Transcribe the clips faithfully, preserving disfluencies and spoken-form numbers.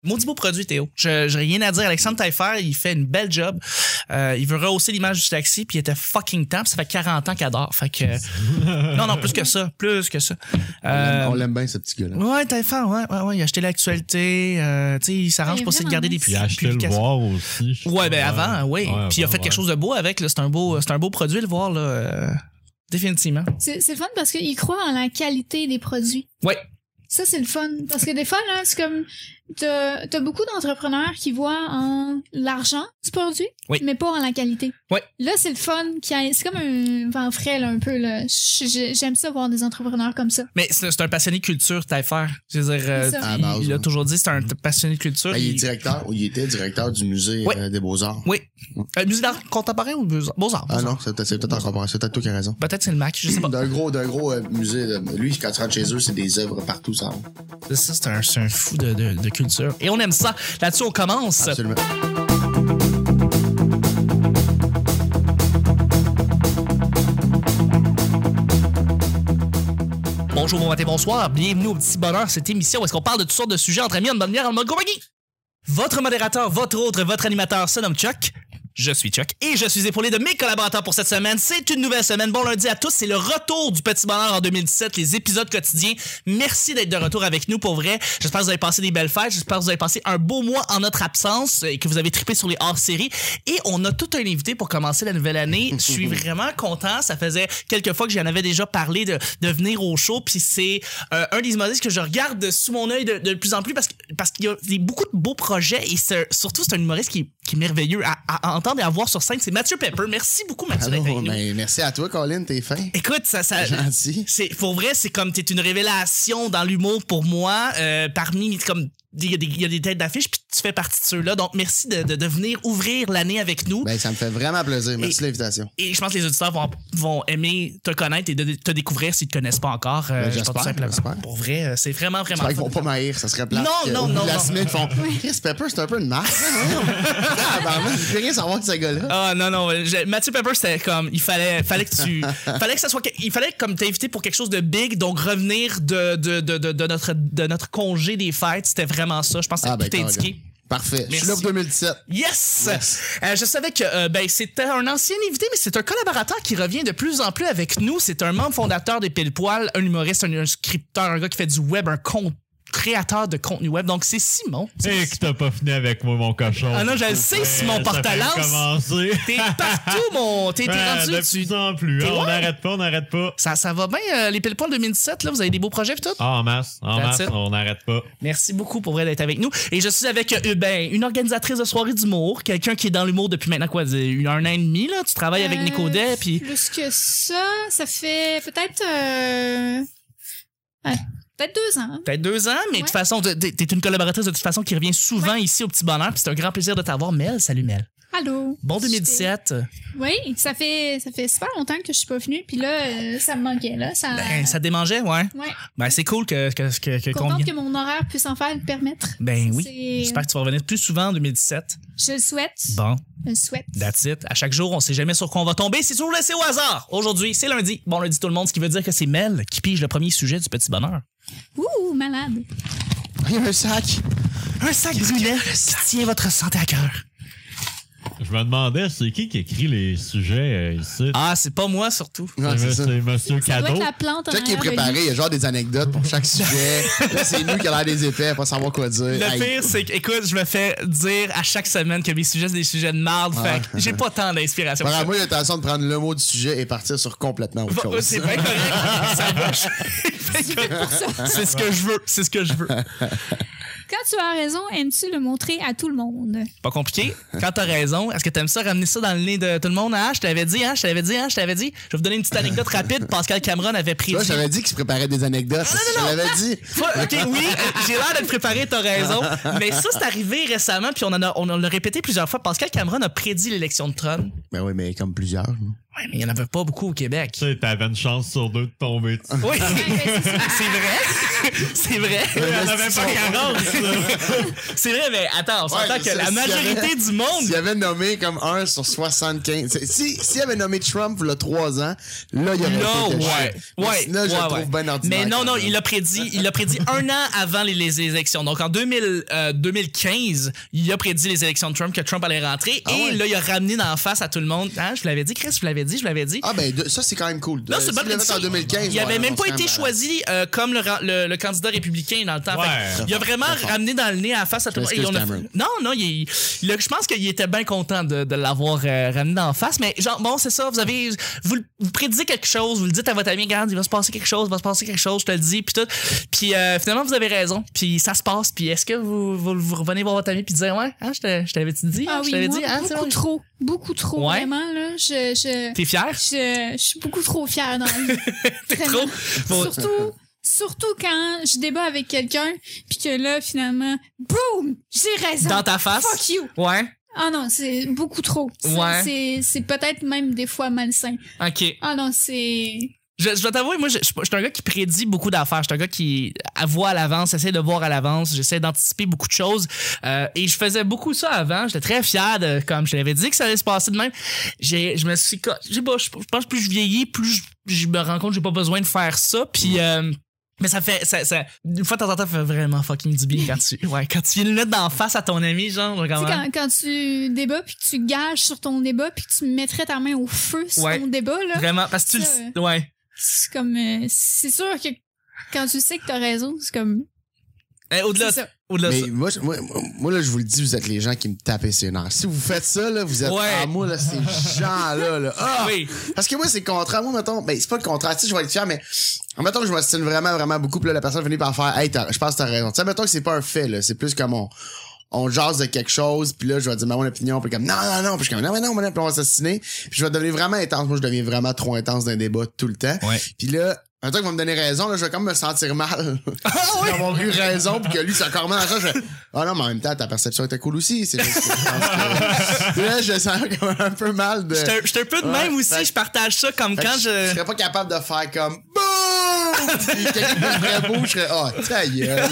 Maudit beau produit, Théo. Je j'ai rien à dire. Alexandre Taillefer, il fait une belle job. Euh, il veut rehausser l'image du taxi, puis il était fucking temps. Ça fait quarante ans qu'il adore. Fait que non, non, plus que ça, plus que ça. Euh... On l'aime bien, ce petit gars-là. Ouais, Taillefer, ouais, ouais, ouais. Il a acheté l'actualité. Euh, tu sais, il s'arrange pour essayer de garder des puis il a acheté le voir aussi. Ouais, ben avant, oui. Ouais, puis il a fait ouais. quelque chose de beau avec. Là. C'est un beau, c'est un beau produit le voir là. Euh, définitivement. C'est c'est le fun parce qu'il croit en la qualité des produits. Ouais. Ça, c'est le fun. Parce que des fois, là, c'est comme... T'as, t'as beaucoup d'entrepreneurs qui voient en l'argent du produit, oui. mais pas en la qualité. Oui. Là, c'est le fun. Qui a, c'est comme un vent frais, là, un peu. Là. J'aime ça voir des entrepreneurs comme ça. Mais c'est, c'est un passionné de culture, Taillefer. Je veux dire, euh, Ah, il, base, il a ouais. toujours dit c'est un passionné de culture. Ben, il est il... directeur, ou il était directeur du musée oui. euh, des Beaux-Arts. Oui. Euh, musée d'art contemporain ou Beaux-Arts? Beaux-Arts. Ah non, c'est peut-être, c'est peut-être encore c'est peut-être toi qui as raison. Peut-être c'est le Mac, je sais pas. D'un gros, d'un gros euh, musée. De... Lui, quand tu rentres chez eux, c'est des œuvres partout, ça. C'est ça, c'est un, c'est un fou de, de, de culture. Et on aime ça. Là-dessus, on commence. Absolument. Bonjour, bon matin, bonsoir. Bienvenue au Petit Bonheur, cette émission où est-ce qu'on parle de toutes sortes de sujets entre amis, en bonne lumière, en mode compagnie. Votre modérateur, votre autre, votre animateur se nomme Chuck. Je suis Chuck et je suis épaulé de mes collaborateurs pour cette semaine. C'est une nouvelle semaine. Bon lundi à tous. C'est le retour du Petit Bonheur en deux mille dix-sept, les épisodes quotidiens. Merci d'être de retour avec nous pour vrai. J'espère que vous avez passé des belles fêtes. J'espère que vous avez passé un beau mois en notre absence et que vous avez trippé sur les hors-séries. Et on a tout un invité pour commencer la nouvelle année. Je suis vraiment content. Ça faisait quelques fois que j'en avais déjà parlé de, de venir au show. Puis c'est euh, un des humoristes que je regarde sous mon œil de, de plus en plus parce, que, parce qu'il y a des, beaucoup de beaux projets et c'est, surtout c'est un humoriste qui, qui est merveilleux à, à entendre et à voir sur scène. C'est Mathieu Pepper. Merci beaucoup, Mathieu, Allô, d'être avec nous. ben, merci à toi, Colin, t'es fin. Écoute, ça, ça, gentil. C'est pour vrai, c'est comme t'es une révélation dans l'humour pour moi. Euh, parmi comme il y, a des, il y a des têtes d'affiche, puis tu fais partie de ceux-là. Donc merci de, de, de venir ouvrir l'année avec nous. Ben ça me fait vraiment plaisir. Merci de l'invitation. Et je pense que les auditeurs vont, vont aimer te connaître et de, de te découvrir s'ils te connaissent pas encore. Euh, ben, j'espère, j'espère. Pour vrai, euh, c'est vraiment vraiment. J'espère qu'ils vont pas m'haïr, ça serait plate. Non, non, non. La non. semaine, ils font Chris Pepper, c'est un peu une marque. Ah, ben, je veux rien savoir de ce gars-là. Ah non non, je, Mathieu Pepper c'était comme il fallait fallait que tu fallait que ça soit il fallait comme t'inviter pour quelque chose de big, donc revenir de de de de, de notre de notre congé des fêtes, c'était vraiment ça. Je pense que c'est ah, ben, tout indiqué. Parfait. Merci. Je suis là pour deux mille dix-sept. Yes! yes. Euh, je savais que euh, ben, c'était un ancien invité, mais c'est un collaborateur qui revient de plus en plus avec nous. C'est un membre fondateur des Pile Poil, un humoriste, un, un scripteur, un gars qui fait du web, un compte créateur de contenu web. Donc, c'est Simon. Et que t'as pas fini avec moi, mon cochon. Ah non, je le sais, Simon Portalance. T'es partout, mon... T'es, t'es ben, rendu... De tu... plus en plus. Hein, on n'arrête pas, on n'arrête pas. Ça, ça va bien, euh, les Pile Poil deux mille dix-sept, là, vous avez des beaux projets pis tout? Ah, en masse, en That's masse, it. on n'arrête pas. Merci beaucoup pour vrai d'être avec nous. Et je suis avec euh, ben, une organisatrice de soirée d'humour, quelqu'un qui est dans l'humour depuis maintenant, quoi, un an et demi, là. Tu travailles avec Euh, Nico Day, puis... Plus que ça, ça fait peut-être... Euh... Ouais. Peut-être deux ans. Peut-être deux ans, mais de Ouais. toute façon, t'es, t'es une collaboratrice de toute façon qui revient souvent ouais. ici au Petit Bonheur. Puis c'est un grand plaisir de t'avoir. Mel, salut Mel. Allô. Bon deux mille dix-sept. Oui, ça fait ça fait super longtemps que je suis pas venue. Puis là, euh, ça me manquait. Là. Ça, Ben, ça te démangeait, ouais. Ouais. Ben, c'est cool que, que, que, que Contente qu'on vienne. que mon horaire puisse en faire le permettre. Ben oui. C'est... J'espère que tu vas revenir plus souvent en deux mille dix-sept. Je le souhaite. Bon. Je le souhaite. That's it. À chaque jour, on sait jamais sur quoi on va tomber. C'est toujours laissé au hasard. Aujourd'hui, c'est lundi. Bon lundi tout le monde, ce qui veut dire que c'est Mel qui pige le premier sujet du Petit Bonheur. Ouh, malade. Il y a un sac. Un sac brûlant qui tient votre santé à cœur. Je me demandais, c'est qui qui écrit les sujets euh, ici? Ah, c'est pas moi surtout. Ouais, c'est, c'est, ça. c'est Monsieur Ça doit Cadeau. être la plante en Check qui est arrière de préparé, lui. il y a genre des anecdotes pour chaque sujet. Là, c'est nous qui a l'air des épais, pas savoir quoi dire. Le Aïe. pire, c'est que, écoute, je me fais dire à chaque semaine que mes sujets, c'est des sujets de marde. Ouais. Fait que j'ai pas tant d'inspiration. Par moi, j'ai l'intention de prendre le mot du sujet et partir sur complètement autre chose. C'est bien correct. Ça va. Fait que c'est ce que je veux. C'est ce que je veux. Quand tu as raison, aimes-tu le montrer à tout le monde? Pas compliqué. Quand t'as raison, est-ce que t'aimes ça ramener ça dans le nez de tout le monde? Hein? Je t'avais dit, hein? Je t'avais dit, hein? Je t'avais dit. Je vais vous donner une petite anecdote rapide. Pascal Cameron avait pris. Toi, je t'avais dit qu'il se préparait des anecdotes. non, non, Je l'avais dit. OK, oui, j'ai l'air d'être préparé, t'as raison. Mais ça, c'est arrivé récemment, puis on en a, on l'a répété plusieurs fois. Pascal Cameron a prédit l'élection de Trump. Ben oui, mais comme plusieurs. Ouais, mais il y en avait pas beaucoup au Québec. Tu sais, t'avais une chance sur deux de tomber dessus. Oui, Ouais, ben, c'est ça. c'est vrai. C'est vrai. Il y en avait pas quarante, ça. C'est vrai, mais attends, on s'entend Ouais, que ça, la s'il y majorité avait- du monde... S'il avait nommé comme un sur soixante-quinze. c'est- Si, s'il avait nommé Trump il y a trois ans, là, il y aurait Là, été quelque ouais. chose. Ouais. Là, je ouais, le trouve ouais. bien ordinaire. Mais non, quand non, même. il l'a prédit, il l'a prédit un an avant les, les élections. Donc, en deux mille, euh, deux mille quinze, il a prédit les élections de Trump, que Trump allait rentrer. Ah et ouais. là, il a ramené d'en face à tout le monde. Hein, je vous l'avais dit, Chris, je vous l'avais dit, je vous l'avais dit. Ah, ben, de- ça, c'est quand même cool. Non, c'est S'il pas l'avait fait en deux mille quinze. Il avait ouais, même non, pas c'est été quand même choisi euh, comme le, ra- le, le candidat républicain dans le temps. Ouais. Fait que il a vraiment Très fort. ramené dans le nez à la face à tout le monde. Excuse Et on a- Cameron. Non, non, il, il a- je pense qu'il était bien content de, de l'avoir euh, ramené dans la face. Mais genre, bon, c'est ça, vous avez, vous, le- vous prédisez quelque chose, vous le dites à votre ami, regarde, il va se passer quelque chose, il va se passer quelque chose, je te le dis, puis tout. Puis euh, finalement, vous avez raison, puis ça se passe. Puis est-ce que vous, vous, vous revenez voir votre ami puis dire, ouais, hein, je te- je t'avais-tu dit, hein, Ah je oui, t'avais moi, dit, hein, c'est beaucoup vrai? trop. Beaucoup trop, Ouais. vraiment, là. Je, je, T'es fier? je, je suis beaucoup trop fière dans la vie. T'es Vraiment. trop? Faut- Surtout, surtout quand je débat avec quelqu'un, puis que là, finalement, boum, j'ai raison. Dans ta face? Fuck you. Ouais. Ah non, c'est beaucoup trop. C'est, Ouais. c'est, c'est peut-être même des fois malsain. OK. Ah non, c'est... Je, je dois t'avouer, moi, je, je, je suis un gars qui prédit beaucoup d'affaires. Je suis un gars qui voit à l'avance, essaie de voir à l'avance, j'essaie d'anticiper beaucoup de choses. Euh, et je faisais beaucoup ça avant. J'étais très fier de, comme je l'avais dit, que ça allait se passer de même. J'ai, je me suis, co- je sais pas, je, je pense que plus je vieillis, plus je, je me rends compte que j'ai pas besoin de faire ça. Puis, euh, mais ça fait, ça, ça, une fois de temps en temps, ça fait vraiment fucking du bien quand tu, ouais, quand tu viens le mettre d'en face à ton ami, genre, genre Tu sais, comment- quand, quand tu débats, puis que tu gages sur ton débat, puis que tu mettrais ta main au feu sur Ouais. ton débat, là, Vraiment, parce que tu Ça, le, ouais. c'est comme... euh, c'est sûr que quand tu sais que t'as raison, c'est comme... Eh, au-delà, C'est ça. au-delà de Mais ça. moi, je- moi, moi, là, je vous le dis, vous êtes les gens qui me tapent ses nerfs. Si vous faites ça, là, vous êtes. Ouais. Ah, moi, là, ces gens-là, là. Ah! Oui. Parce que moi, c'est le contraire. Moi, mettons, ben, c'est pas le contraire. Tu sais, je vais être fier, mais, mettons que je m'ostine vraiment, vraiment beaucoup, puis là, la personne finit par faire, hey, t'as- je pense que t'as raison. Tu sais, mettons que c'est pas un fait, là. C'est plus comme on, on jase de quelque chose, puis là, je vais dire, ma mon opinion, puis comme, non, non, non, puis je suis comme, non, mais non, mais non, puis on va s'assiner. Puis je vais devenir vraiment intense. Moi, je deviens vraiment trop intense d'un débat tout le temps. Ouais. Puis là, un truc qui va me donner raison, là, je vais comme me sentir mal. D'avoir eu raison, puis que lui, c'est encore mal dans ça. Je fais, ah non, mais en même temps, ta perception était cool aussi. C'est juste que je pense que... Puis là, je sens comme un peu mal de. J'étais un- j'étais un peu de Ouais, même aussi, fait- je partage ça comme Fait que quand je, je... je serais pas capable de faire comme boum! Puis quelqu'un qui me ferait beau, je serais, ah, oh, ta gueule.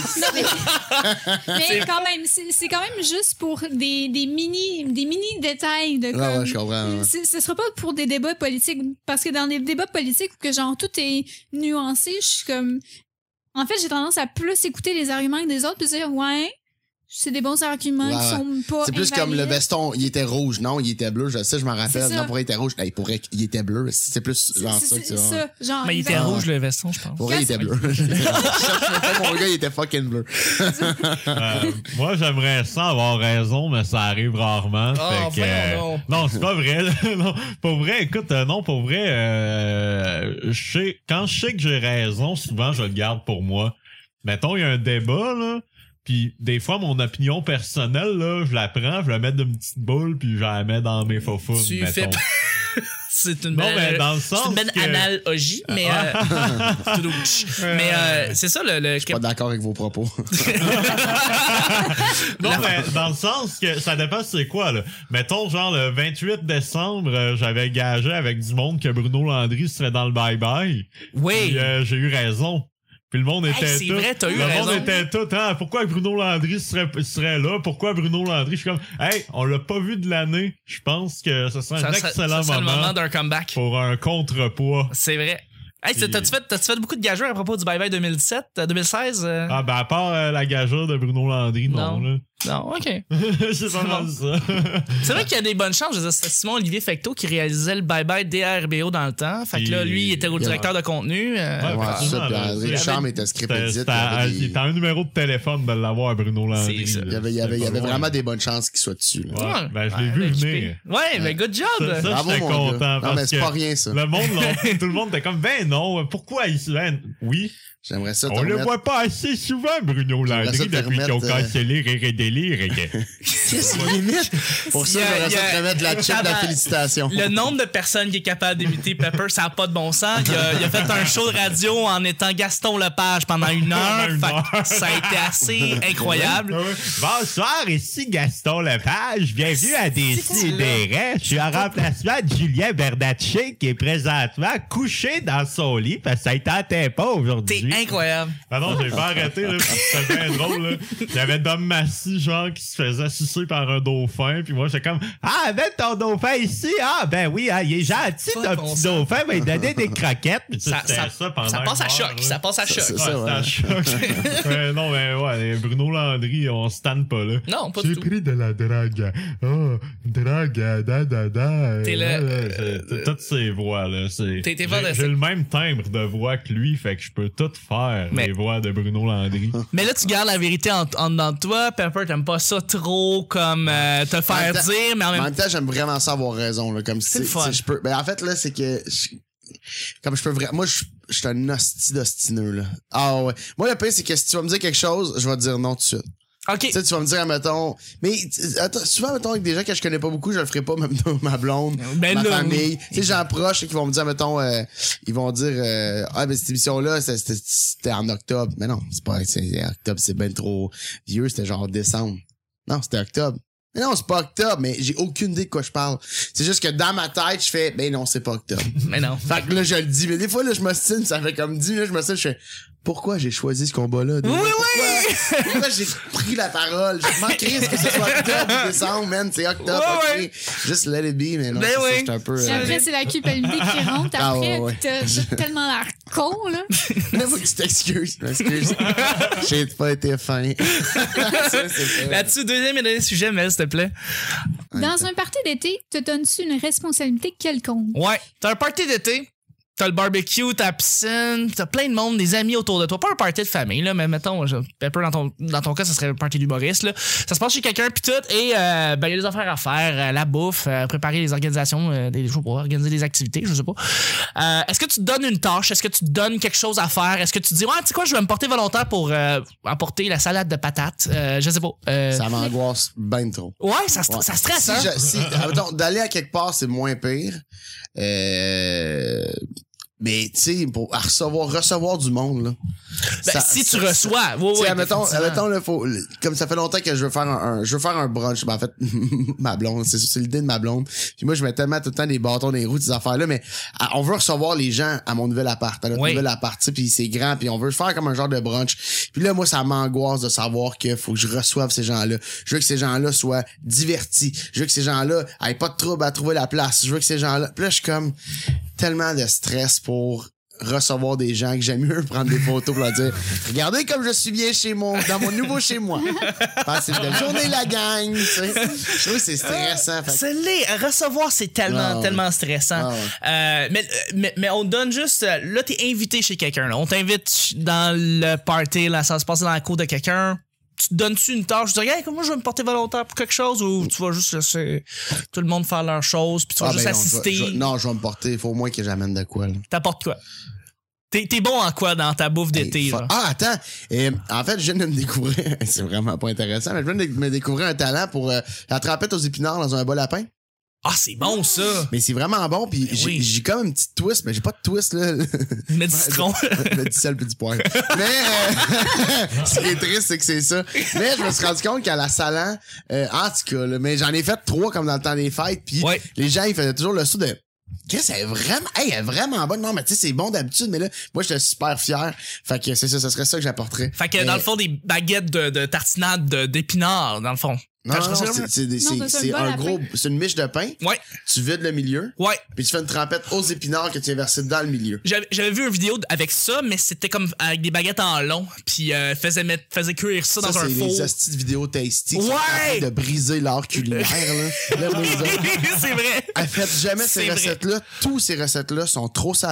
Mais quand même, c'est, c'est quand même juste pour des, des mini des mini détails de Ouais, comme... ouais, je comprends. Ouais. C'est- Ce sera pas pour des débats politiques, parce que dans des débats politiques où que genre tout est nuancé, je suis comme... En fait, j'ai tendance à plus écouter les arguments des autres, puis dire, ouais, c'est des bons arguments Ouais, qui ouais. sont pas C'est plus comme le invalides. veston, il était rouge. Non, il était bleu, je sais, je m'en rappelle. C'est ça. Non, pourquoi il était rouge? Hey, pourrait qu'il était bleu. C'est plus C'est, genre c'est- ça que c'est tu vois. ça, genre... Mais il était exactement. rouge, le veston, je pense. Pour vrai, il était bleu. Je cherchais pas mon gars, il était fucking bleu. Euh, moi, j'aimerais ça avoir raison, mais ça arrive rarement. Oh, fait que, euh, voyons non, c'est pas vrai. là. non, pour vrai, écoute, euh, non, pour vrai, euh, je sais, quand je sais que j'ai raison, souvent, je le garde pour moi. Mettons, il y a un débat, là, puis des fois, mon opinion personnelle, là, je la prends, je la mets dans une petite boule, puis je la mets dans mes faux fous. Tu fais... C'est une Non, belle, mais dans le c'est sens une belle que- analogie, mais euh, Toulouche. mais euh, c'est ça le, le Je suis pas d'accord avec vos propos. Non, mais dans le sens que ça dépend c'est quoi, là. Mettons, genre, le vingt-huit décembre, euh, j'avais gagé avec du monde que Bruno Landry serait dans le bye-bye. oui. Puis, euh, j'ai eu raison. Puis le monde Hey, était c'est tout. vrai, t'as eu le raison. monde était tout. Hein, pourquoi Bruno Landry serait, serait là? Pourquoi Bruno Landry? Je suis comme, hey, on l'a pas vu de l'année. Je pense que ce serait un Ça, ça, excellent ça, c'est le moment, moment d'un comeback. pour un contrepoids. C'est vrai. Hey, Puis- t'as-tu fait, t'as-tu fait beaucoup de gageurs à propos du bye-bye deux mille dix-sept, euh, deux mille seize? euh? Ah, ben, à part euh, la gageure de Bruno Landry, non, Non. là. Non, ok. c'est pas mal ça. C'est vrai qu'il y a des bonnes chances. Je veux dire, c'était Simon-Olivier Fecteau qui réalisait le bye-bye D R B O dans le temps. Fait que là, lui, il était au Il- directeur de contenu. euh, Ouais, Ouais, ben, c'est ça. souvent, Puis là, André il y Charme avait- était script C'était edit. c'était il y à- avait des- il était un numéro de téléphone de l'avoir, Bruno Landry. C'est ça. là. Il y avait, il y avait, il y C'était avait pas vraiment loin. des bonnes chances qu'il soit dessus. là. Ouais, ben, je l'ai ouais, vu équipé. venir. Ouais, ben, good job. Ça, ça, Bravo, j'étais mon content. gars. Non, parce mais c'est que pas rien, ça. Le monde, l'ont- tout le monde était comme, ben non, pourquoi il se ben, oui, J'aimerais ça te on le remettre- voit pas assez souvent, Bruno J'aimerais ça Landry, te depuis qu'ils ont remettre, euh, cancellé Rire et Délire. et que- Qu'est-ce qu'il limite? Pour ça, Il y a- j'aurais il y ça a- te remettre la chip de la Attends, félicitation. Le nombre de personnes qui est capable d'imiter Pepper, ça n'a pas de bon sens. Il a, il a fait un show de radio en étant Gaston Lepage pendant une heure. Pendant une Fait heure. que ça a été assez incroyable. Bonsoir, ici Gaston Lepage. Bienvenue à Décideret. Je suis en remplacement de Julien Bernatchez qui est présentement couché dans son lit parce que ça ne tentait pas aujourd'hui. T'es incroyable. Ah non, j'ai pas arrêté, là, parce que c'était bien drôle, là. Il y avait Dom Massy, genre, qui se faisait sucer par un dauphin, puis moi, j'étais comme, ah, mets ton dauphin ici, ah, ben oui, hein, il est gentil, Pas ton bon petit sens. dauphin, mais il donnait des croquettes, puis Ça, c'était ça, ça, pendant ça passe une à heure, choc. là. Ça passe à choc. C'est Ouais, ça, ouais. c'était à choc. Ouais, non, mais ouais, Bruno Landry, on se tanne pas, là. Non, pas J'ai du tout. pris de la drague. Oh, drague, da, da, da. T'es là, le- là, euh, c'est- Toutes ces voix, là. c'est- T'es- t'es J'ai fantastique. j'ai le même timbre de voix que lui, fait que je peux tout faire, Mais- les voix de Bruno Landry. Mais là, tu gardes la vérité en, en dedans de toi. Pepper, t'aimes pas ça trop comme euh, te En faire même temps- dire, mais en En même même temps, j'aime vraiment ça avoir raison, là. Comme si, C'est le fun. si je peux. Ben, en fait, là, c'est que. je- Comme je peux vraiment. Moi, je je suis un hostie d'ostineux, là. Ah ouais. Moi, le pire, c'est que si tu vas me dire quelque chose, je vais te dire non tout de suite. OK. Tu sais, tu vas me dire, mettons. Mais t- attends, souvent, mettons, avec des gens que je connais pas beaucoup, je le ferai pas, même dans ma blonde, Ben ma là, famille. Tu sais, gens proches qui vont me dire, mettons, euh, ils vont dire, euh, ah, ben, cette émission-là, c'était- c'était c'était en octobre. Mais non, c'est pas, c'est octobre, c'est ben trop vieux, c'était genre décembre. Non, c'était octobre. Mais non, c'est pas octobre, mais j'ai aucune idée de quoi je parle. C'est juste que dans ma tête, je fais, ben non, c'est pas octobre. Mais non. Fait que là, je le dis. Mais des fois, là, je m'ostine, ça fait comme dix minutes, je m'ostine, je fais, pourquoi j'ai choisi ce combat-là? Oui, oui! Pourquoi, pourquoi j'ai pris la parole? Je m'en crie que ce soit octobre ou décembre, man. C'est octobre, Oui, ok. Juste let it be, mais non, Ben c'est ça, oui. j'étais un peu... Puis Euh... après, c'est la culpabilité qui rentre. Ah, Après, ouais, ouais. puis t'as t'as tellement l'air con, là. Là, faut que tu t'excuses. Je m'excuse. J'ai pas été fin. Ça, c'est fait. Là-dessus, deuxième et dernier sujet, Mel, s'il te plaît. Dans un party d'été, te donnes-tu une responsabilité quelconque? Ouais. T'as un party d'été. T'as le barbecue, t'as la piscine, t'as plein de monde, des amis autour de toi. Pas un party de famille, là, mais mettons, je- Pepper, dans ton, dans ton cas, ça serait un party d'humoriste, là. Ça se passe chez quelqu'un, puis tout, et euh, ben, il y a des affaires à faire, euh, la bouffe, euh, préparer les organisations, euh, des, je sais pas, organiser des activités, je sais pas. Euh, est-ce que tu te donnes une tâche? Est-ce que tu te donnes quelque chose à faire? Est-ce que tu te dis, ouais, tu sais quoi, je vais me porter volontaire pour euh, apporter la salade de patates? Euh, je sais pas. Euh, Ça m'angoisse ben trop. ouais, ça, st- Ouais. ça stresse, Si hein? je- si, admettons, d'aller à quelque part, c'est moins pire. Euh, mais, tu sais, pour à recevoir, recevoir du monde, là. Ben, Ça- si ça- tu reçois, ouais, Tu sais, ouais, admettons, effectivement. admettons, là, faut, comme ça fait longtemps que je veux faire un, un- je veux faire un brunch. Ben, en fait, ma blonde, c'est, c'est l'idée de ma blonde. Puis moi, je mets tellement tout le temps des bâtons dans les roues, ces affaires-là, mais à- on veut recevoir les gens à mon nouvel appart, à notre Oui. nouvel appart, tu sais, puis c'est grand, puis on veut faire comme un genre de brunch. Puis là, moi, ça m'angoisse de savoir qu'il faut que je reçoive ces gens-là. Je veux que ces gens-là soient divertis. Je veux que ces gens-là aient pas de trouble à trouver la place. Je veux que ces gens-là... Puis là, je suis comme tellement de stress pour recevoir des gens que j'aime mieux prendre des photos pour leur dire regardez comme je suis bien chez moi dans mon nouveau chez moi. Passez une belle journée la gang, tu sais. Je trouve que c'est stressant. Fait que- C'est laid. Recevoir, c'est tellement, Ah ouais. tellement stressant. Ah ouais. Euh, mais, mais, mais on te donne juste... euh, Là, t'es invité chez quelqu'un. Là. On t'invite dans le party, là, ça va se passer dans la cour de quelqu'un. Tu te donnes-tu une tâche? Tu dis, hey, moi, je vais me porter volontaire pour quelque chose, ou tu vas juste laisser tout le monde faire leur chose, puis tu vas Ah, juste ben non, je assister. vais- je vais- non, je vais me porter. Il faut au moins que j'amène de quoi, là. T'apportes quoi? T'es, t'es bon en quoi dans ta bouffe d'été? Hey, là? fa- ah, attends. Euh, en fait, je viens de me découvrir. C'est vraiment pas intéressant, mais je viens de me découvrir un talent pour euh, la trempette aux épinards dans un bol à pain. Ah, c'est bon, ça! Mais c'est vraiment bon, puis j'ai, oui. j'ai comme une petite twist, mais j'ai pas de twist, là. Mets du citron. Le petit sel puis du poivre. Mais euh, ce qui est triste, c'est que c'est ça. Mais je me suis rendu compte qu'à la Salan, euh, en tout cas, là, mais j'en ai fait trois comme dans le temps des fêtes, puis Ouais. les gens, ils faisaient toujours le saut de Chris, elle est vraiment, hey, elle est vraiment bonne. Non, mais tu sais, c'est bon d'habitude, mais là, moi, j'étais super fier. Fait que c'est ça, ce serait ça que j'apporterais. Fait que Mais- dans le fond, des baguettes de, de tartinade de- d'épinards, dans le fond. Non, Quand non, je non, serais- c'est, c'est, des- Non, c'est, c'est ça, c'est le bol un à gros, pain. c'est une miche de pain. Ouais, Tu vides le milieu, ouais. puis tu fais une trempette aux épinards que tu as versé dans le milieu. J'avais, j'avais vu une vidéo avec ça, mais c'était comme avec des baguettes en long, puis euh, faisait mettre, faisait cuire ça, Ça, dans un c'est four. les hosties de vidéos tasty qui sont Ouais! en train de briser l'art culinaire, là. Lève les autres. C'est vrai. Elle fait jamais C'est ces vrai. recettes-là. Tous ces recettes-là sont trop salées,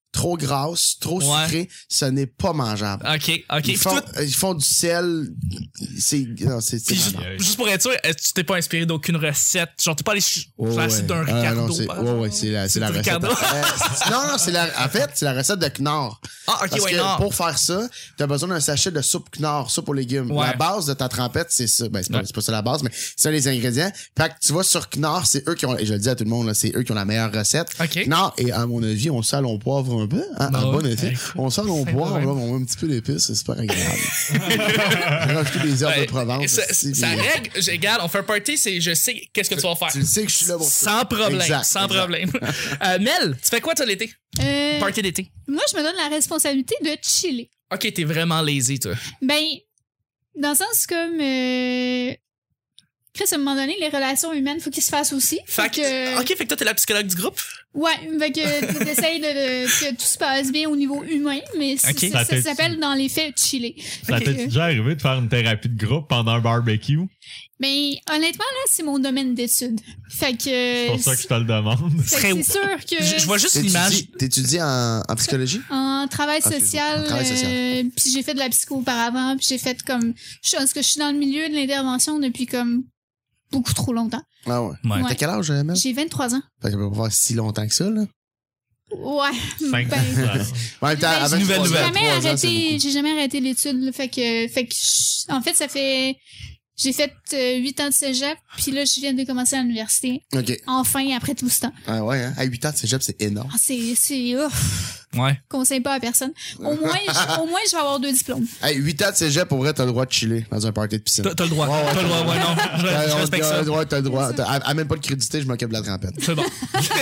trop grasse, trop Ouais. sucrée, ce n'est pas mangeable. Ok, ok. Ils Puis font, toi, ils font du sel, c'est, non, c'est, c'est puis ju- vraiment- juste pour être sûr, est-ce que tu t'es pas inspiré d'aucune recette? Genre, t'es pas allé ch- Ouais, faire la recette d'un ouais. Ah, Ricardo, non, c'est, par ouais, exemple? ouais, c'est la, c'est la du recette. Ricardo? Euh, c'est- non, non, c'est la, en fait, c'est la recette de Knorr. Ah, ok, Parce ouais, que non. pour faire ça, t'as besoin d'un sachet de soupe Knorr, soupe aux légumes. Ouais. La base de ta trempette, c'est ça. Ben, c'est pas, Ouais. c'est pas ça la base, mais c'est ça les ingrédients. Fait que tu vois, sur Knorr, c'est eux qui ont, et je le dis à tout le monde, là, c'est eux qui ont la meilleure recette. Ok. Knorr, et à mon avis, on sale, on poivre un peu, hein, Ben en ouais. bon effet. On sale, on C'est poivre, vrai. là, on met un petit peu d'épices, c'est super agréable. J'ai rajouté des herbes Ouais. de Provence. Ça, aussi, ça puis- règle, je- regarde, on fait un party, c'est je sais qu'est-ce que tu vas faire. Tu le sais que je suis là pour ça. Sans problème, Exact, sans exact. problème. Euh, Mel, tu fais quoi toi l'été? Euh, Party d'été. moi, je me donne la responsabilité de chiller. Ok, t'es vraiment lazy, toi. Ben, dans le sens comme... Euh, Chris, à un moment donné, les relations humaines, faut qu'ils se fassent aussi. Fait Fait que, que... ok, fait que toi, t'es la psychologue du groupe? Ouais, fait que t'essayes de, de, que tout se passe bien au niveau humain, mais c- Ok. c- Ça ça, t'est- s'appelle dans les faits chiller. Ça Fait t'est que- déjà arrivé de faire une thérapie de groupe pendant un barbecue? Mais honnêtement, là, c'est mon domaine d'études. Fait que... C'est pour ça que je te le demande. fait que Serait- c'est sûr que... Je, je vois juste T'étudies- l'image. T'étudies en, en psychologie? En travail Ah, social, excuse-moi. En travail social. euh, puis j'ai fait de la psycho auparavant, puis j'ai fait comme... Je pense que je suis dans le milieu de l'intervention depuis comme beaucoup trop longtemps. Ah ouais. Ouais. Ouais. T'as quel âge, Mel? J'ai vingt-trois ans. Fait que ça peut pas faire si longtemps que ça, là. Ouais. Cinq ben, ans. En même temps, Ben, avec nouvelle trois j'ai nouvelle. ans, jamais trois ans, c'est arrêté, beaucoup. j'ai jamais arrêté l'étude, là, fait que, fait que, je- en fait, ça fait, j'ai fait euh, huit ans de cégep, puis là, je viens de commencer à l'université. OK. Enfin, après tout ce temps. Ah ouais, hein? À huit ans de cégep, c'est énorme. Ah, c'est, c'est, ouf. Ouais. Conseille pas à personne. Au moins, je, au moins, je vais avoir deux diplômes. Hey, huit ans de cégep, pour vrai, t'as le droit de chiller dans un party de piscine. T'as t'as le droit. Ouais, ouais, T'as le droit, ouais, non. Je, T'as je respecte t'as ça. le droit, t'as le droit. T'as- à, à même pas de crédité, je m'occupe de la trempette. C'est bon.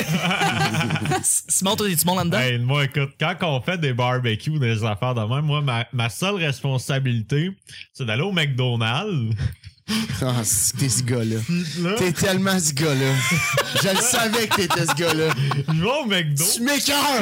Simon, toi, t'es-tu bon là-dedans? Hey, moi, écoute, quand on fait des barbecues, des affaires de même, moi, ma, ma seule responsabilité, c'est d'aller au McDonald's. Ah, c'est que t'es ce gars-là. Là, T'es tellement ce gars-là. Je le savais que t'étais ce gars-là. je vais au McDo. Tu m'écœures!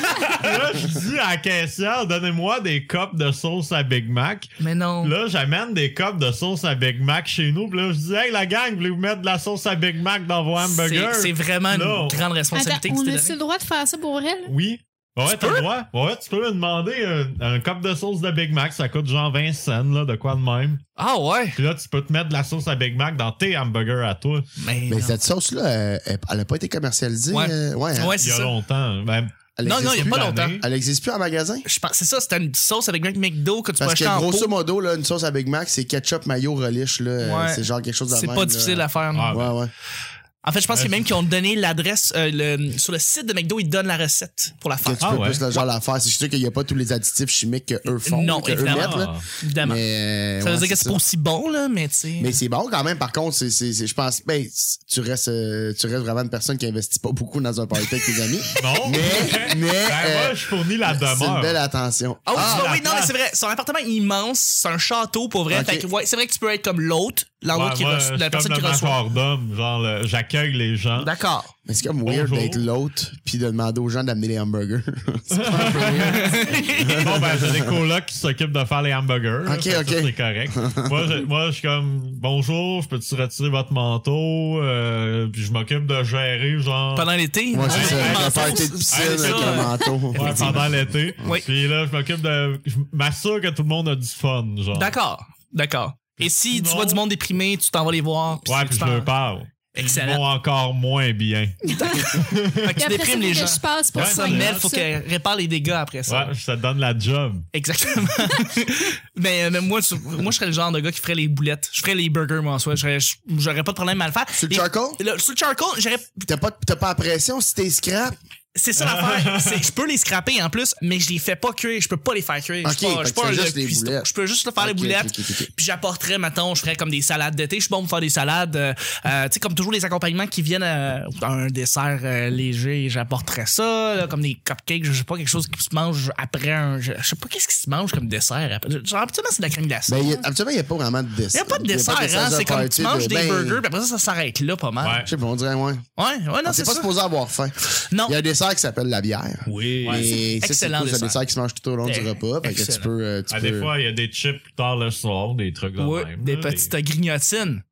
Là, je dis à la caissière, donnez-moi des cups de sauce à Big Mac. Mais non. Là, j'amène des cups de sauce à Big Mac chez nous. Puis là, je dis, hey, la gang, voulez-vous mettre de la sauce à Big Mac dans vos hamburgers? C'est c'est vraiment une Non. grande responsabilité Attends, que on tu t'es a-tu le donnée. droit de faire ça pour vrai, là? Oui. Ouais, Tu t'as peux? le droit. Ouais, tu peux me demander un, un cup de sauce de Big Mac. Ça coûte genre vingt cents, là, de quoi de même. Ah ouais? Puis là, tu peux te mettre de la sauce à Big Mac dans tes hamburgers à toi. Mais, Mais non. cette sauce-là, elle, elle- elle a pas été commercialisée. Ouais. euh, ouais, hein? Ouais, Il c'est y a ça. longtemps. Ben, Elle Non, existe non, il y a plus. pas longtemps. l'année. Elle existe plus en magasin? Je pense, c'est ça, c'était une sauce avec McDo que tu peux Parce acheter que en grosso pot. modo, là, une sauce à Big Mac, c'est ketchup, mayo, relish, là. euh, Ouais. C'est genre quelque chose de C'est même, pas là. difficile à faire, non? Ah, Ouais, ouais. En fait, je pense qu'il y a même qui ont donné l'adresse euh, le, sur le site de McDo, ils donnent la recette pour la Que faire. tu Ah, peux ouais. plus le genre la faire. C'est sûr qu'il n'y a pas tous les additifs chimiques qu'eux font, Non, qu'eux évidemment. mettent, là. Ah. Évidemment. Mais, ça veut ouais, dire que c'est c'est pas aussi bon, là, mais tu sais. Mais c'est bon quand même, par contre, c'est, c'est, c'est- je pense, ben, tu restes, euh, tu restes vraiment une personne qui investit pas beaucoup dans un party avec tes amis. Non. Mais, mais, Ben, euh, moi, je fournis la c'est une demeure. belle attention. Oh, Ah, tu vois, la oui, non, mais place. c'est vrai. Son appartement est immense. C'est un château, pour vrai. Ok. Fait que, ouais, c'est vrai que tu peux être comme l'autre, l'endroit Ouais, qui moi, reçoit, je la suis personne comme qui le reçoit. majordome, genre, le- j'accueille les gens. D'accord. Mais c'est comme weird Bonjour. d'être l'autre puis de demander aux gens d'amener les hamburgers. C'est pas un peu weird? Bon, ben, j'ai des colocs qui s'occupent de faire les hamburgers. Ok, Fait que ok. ça, c'est correct. moi, je, moi, je suis comme, bonjour, je peux-tu retirer votre manteau? Euh, puis je m'occupe de gérer, genre. Pendant l'été. Moi, c'est Ouais, ça. en Un party de sauce. piscine Ouais, c'est avec ça. le manteau. Ouais, pendant l'été. Oui. Puis là, je m'occupe de. Je m'assure que tout le monde a du fun, genre. D'accord. D'accord. Et si tu Non. vois du monde déprimé, tu t'en vas les voir. Ouais, tu puis je t'en- leur parle. Ils Excellent. vont encore moins bien. Fait que Puis tu après ça, déprimes les faut gens. que je passe pour Ouais, ça. Ça, Mel, faut qu'elle répare les dégâts après ça. Ouais, ça te donne la job. Exactement. mais, euh, mais moi, je- moi, je serais le genre de gars qui ferait les boulettes. Je ferais les burgers, moi, en soi. Je serais- je- J'aurais pas de problème à le faire. Sur le Et- charcoal? le- sur le charcoal, j'aurais. T'as pas, t'as pas la pression si t'es scrap? C'est ça l'affaire. C'est- Je peux les scraper en plus, mais je les fais pas cuire. Je peux pas les faire cuire. Ok, je suis pas, je fait suis que pas tu un fais juste les cuistot. boulettes. Je peux juste le faire les Ok, boulettes. ok, ok, ok. Puis j'apporterais, mettons, je ferais comme des salades d'été. Je suis bon pour faire des salades. Euh, euh, tu sais, comme toujours, les accompagnements qui viennent euh, un dessert euh, léger. J'apporterais ça, là, comme des cupcakes. Je sais pas, quelque chose qui se mange après un. Je, je sais pas qu'est-ce qui se mange comme dessert. Après. Genre, habituellement, c'est de la crème glacée. Ben, y a- habituellement, il n'y a pas vraiment de dessert. Il n'y a pas de dessert, de hein? C'est comme party tu manges de- des ben, burgers, puis après ça, ça s'arrête là pas mal. Ouais. Je sais pas, on dirait, ouais. Ouais, ouais, non, On c'est n'est pas ça. supposé avoir faim. Non. Il y a un dessert qui s'appelle la bière. Oui. Et ça, c'est excellent cool, c'est un dessert. dessert qui se mange tout au long du Eh, repas. Fait que tu excellent. peux. euh, tu Ah, peux... des fois, il y a des chips plus tard le soir, des trucs de Ouais, même. des là, petites grignotines.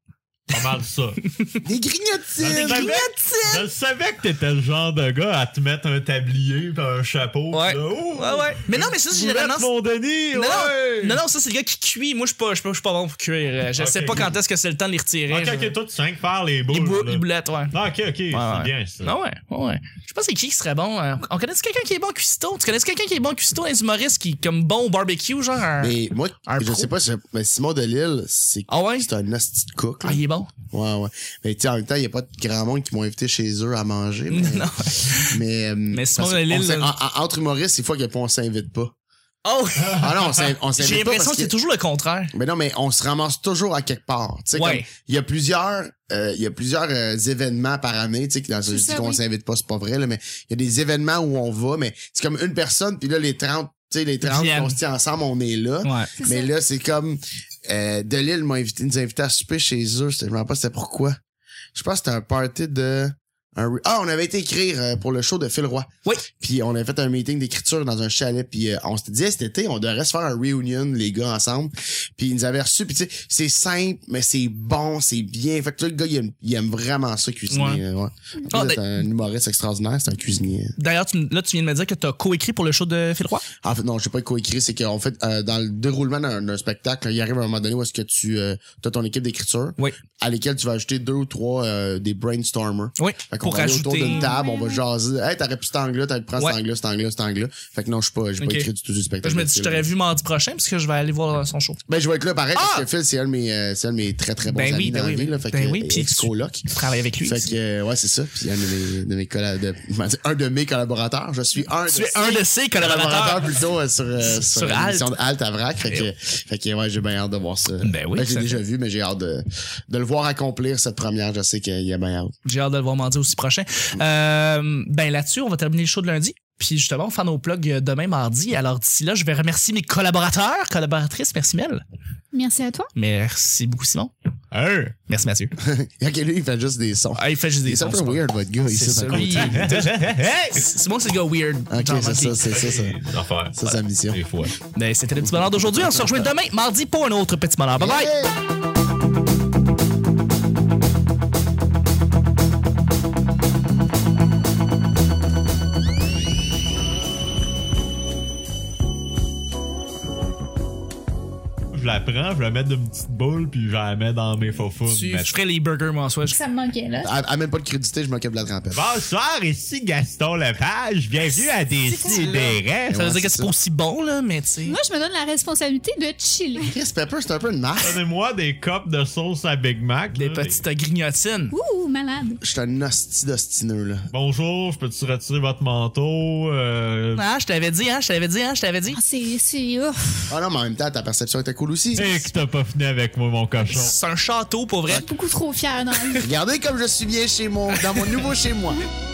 Pas mal ça. Des grignotines! Je savais, je savais que t'étais le genre de gars à te mettre un tablier pis un chapeau. Ouais. Pis là, oh, Ouais, ouais. Mais non, mais ça, c'est Boulette, généralement. mon Denis, Non, ouais. non, non, ça, c'est le gars qui cuit. Moi, je suis pas, je suis pas, je suis pas bon pour cuire. Je Ok. sais pas quand est-ce que c'est le temps de les retirer. Ok, je- ok, toi, tu sais que faire les boules. Les, bou- là. les boulettes, ouais. Ah, ok, ok, c'est ouais. bien ça. Ah ouais, ouais. Je sais pas c'est qui qui serait bon. euh, On connaît quelqu'un qui est bon cuistot? Tu connais quelqu'un qui est bon cuistot, un humoriste qui est comme bon au barbecue, genre un... Mais moi, Un je pro. sais pas, si- mais Simon Delille, c'est Ah ouais? c'est un hostie de cook. là. Ah, il est bon? Ouais, ouais. Mais tu sais, en même temps, il y a pas de grand monde qui m'ont invité chez eux à manger. Mais, Non. mais, euh, Mais Simon parce qu'on Delille, s'in- là- en- en- entre humoristes, il faut qu'on s'invite pas. Oh! Ah non, on s'in- on s'invite J'ai pas l'impression parce que c'est que... toujours le contraire. Mais non, mais on se ramasse toujours à quelque part. Tu sais, Ouais. comme, il y a plusieurs, euh, il y a plusieurs euh, événements par année, tu sais, que dans, je dis ça, qu'on oui. s'invite pas, c'est pas vrai, là, mais il y a des événements où on va, mais c'est comme une personne, puis là, les trente, tu sais, les trente Viennent. qu'on se tient ensemble, on est là. Ouais. C'est Mais ça. là, c'est comme, euh, Delille m'a invité, nous a invité à souper chez eux, je me rappelle pas c'était pourquoi. Je pense que c'était un party de, un re- ah, on avait été écrire euh, pour le show de Phil Roy. Oui. Puis on avait fait un meeting d'écriture dans un chalet. Puis euh, on s'était dit, hey, cet été, on devrait se faire un reunion, les gars, ensemble. Puis ils nous avaient reçus. Puis tu sais, c'est simple, mais c'est bon, c'est bien. Fait que tu sais, le gars, il aime, il aime vraiment ça, cuisiner. Ouais. euh, ouais. Ah, Lui, c'est ben- un humoriste extraordinaire, c'est un cuisinier. D'ailleurs, tu m- là, tu viens de me dire que t'as coécrit pour le show de Phil Roy? En fait, non, je sais pas coécrit, c'est qu'en fait, euh, dans le déroulement d'un, d'un spectacle, il arrive un moment donné où est-ce que tu euh, as ton équipe d'écriture, Oui. à lesquelles tu vas ajouter deux ou trois euh, des brainstormers. Oui. Fait qu'on Pour va aller autour rajouter. d'une table, on va jaser. Hey, t'aurais pu cet angle-là, t'aurais pu prendre Ouais. cet angle-là, cet angle-là, cet angle-là. Fait que non, je suis pas, j'ai Ok. pas écrit du tout du spectacle. Je me dis, de je Phil. t'aurais vu mardi prochain parce que je vais aller voir son show. Ben, je vais être là pareil, Ah! parce que Phil, c'est un de mes, euh, c'est un de mes très très bons Ben amis oui, ben dans oui, la vie, ben- là. Fait ben que, oui, puis ex-coloc. Tu travailles avec lui. Fait que, euh, ouais, c'est ça. Puis un de mes, de mes colla- de, comment dire, un de mes collaborateurs. Je suis un Tu de es un de ses collaborateurs. plutôt euh, sur, euh, sur, Sur l'émission Alt. de Alt à Vrac. Fait que, fait que, ouais, j'ai bien hâte de voir ça. Ben oui, j'ai ça déjà fait- vu, mais j'ai hâte de, de le voir accomplir cette première. Je sais qu'il y a bien hâte. J'ai hâte de le voir mardi aussi prochain. Euh, ben là-dessus, on va terminer le show de lundi. Puis justement, on va faire nos plugs euh, demain mardi. Alors d'ici là, je vais remercier mes collaborateurs, collaboratrices. Merci Mel. Merci à toi. Merci beaucoup Simon. Hey. Merci Mathieu. Ok, lui, il fait juste des sons. Ah, il fait juste des C'est un sons. peu c'est pas- weird, votre gars, C'est ici, ça, à côté. lui. Simon, c'est le gars weird. Ok, Genre, c'est ok. ça, c'est ça, ça. Des affaires. Ça, c'est la mission. Des fois. Ben, c'était le petit bonheur d'aujourd'hui. On se rejoint demain, mardi, pour un autre petit bonheur. Bye bye. Hey! Je la prends, je la mets d'une petite boule, puis je la mets dans mes faux fous. Tu, je ferais les burgers, moi, en soi. Je- Ça me manquait, là. Ah, Amène pas de crédité, je m'occupe de la trempette. Bonsoir, ici Gaston Lepage. Bienvenue à des sidérés. Ça veut Ouais, dire que c'est c'est ça. pas aussi bon, là, mais tu sais. Moi, je me donne la responsabilité de chiller. Chris Pepper, c'est un peu une marque. Donnez-moi des copes de sauce à Big Mac. Des là, petites grignotines. Ouh, malade. Je suis un hostie d'ostineux, là. Bonjour, je peux-tu retirer votre manteau? Euh... Ah, je t'avais dit, hein, je t'avais dit, hein, je t'avais dit. Ah, c'est, c'est ouf. Ah non, mais en même temps, ta perception était cool aussi. Et que t'as pas fini avec moi, mon cochon. C'est un château, pour vrai. Beaucoup trop fière dans la vie. Regardez comme je suis bien chez moi, dans mon nouveau chez moi.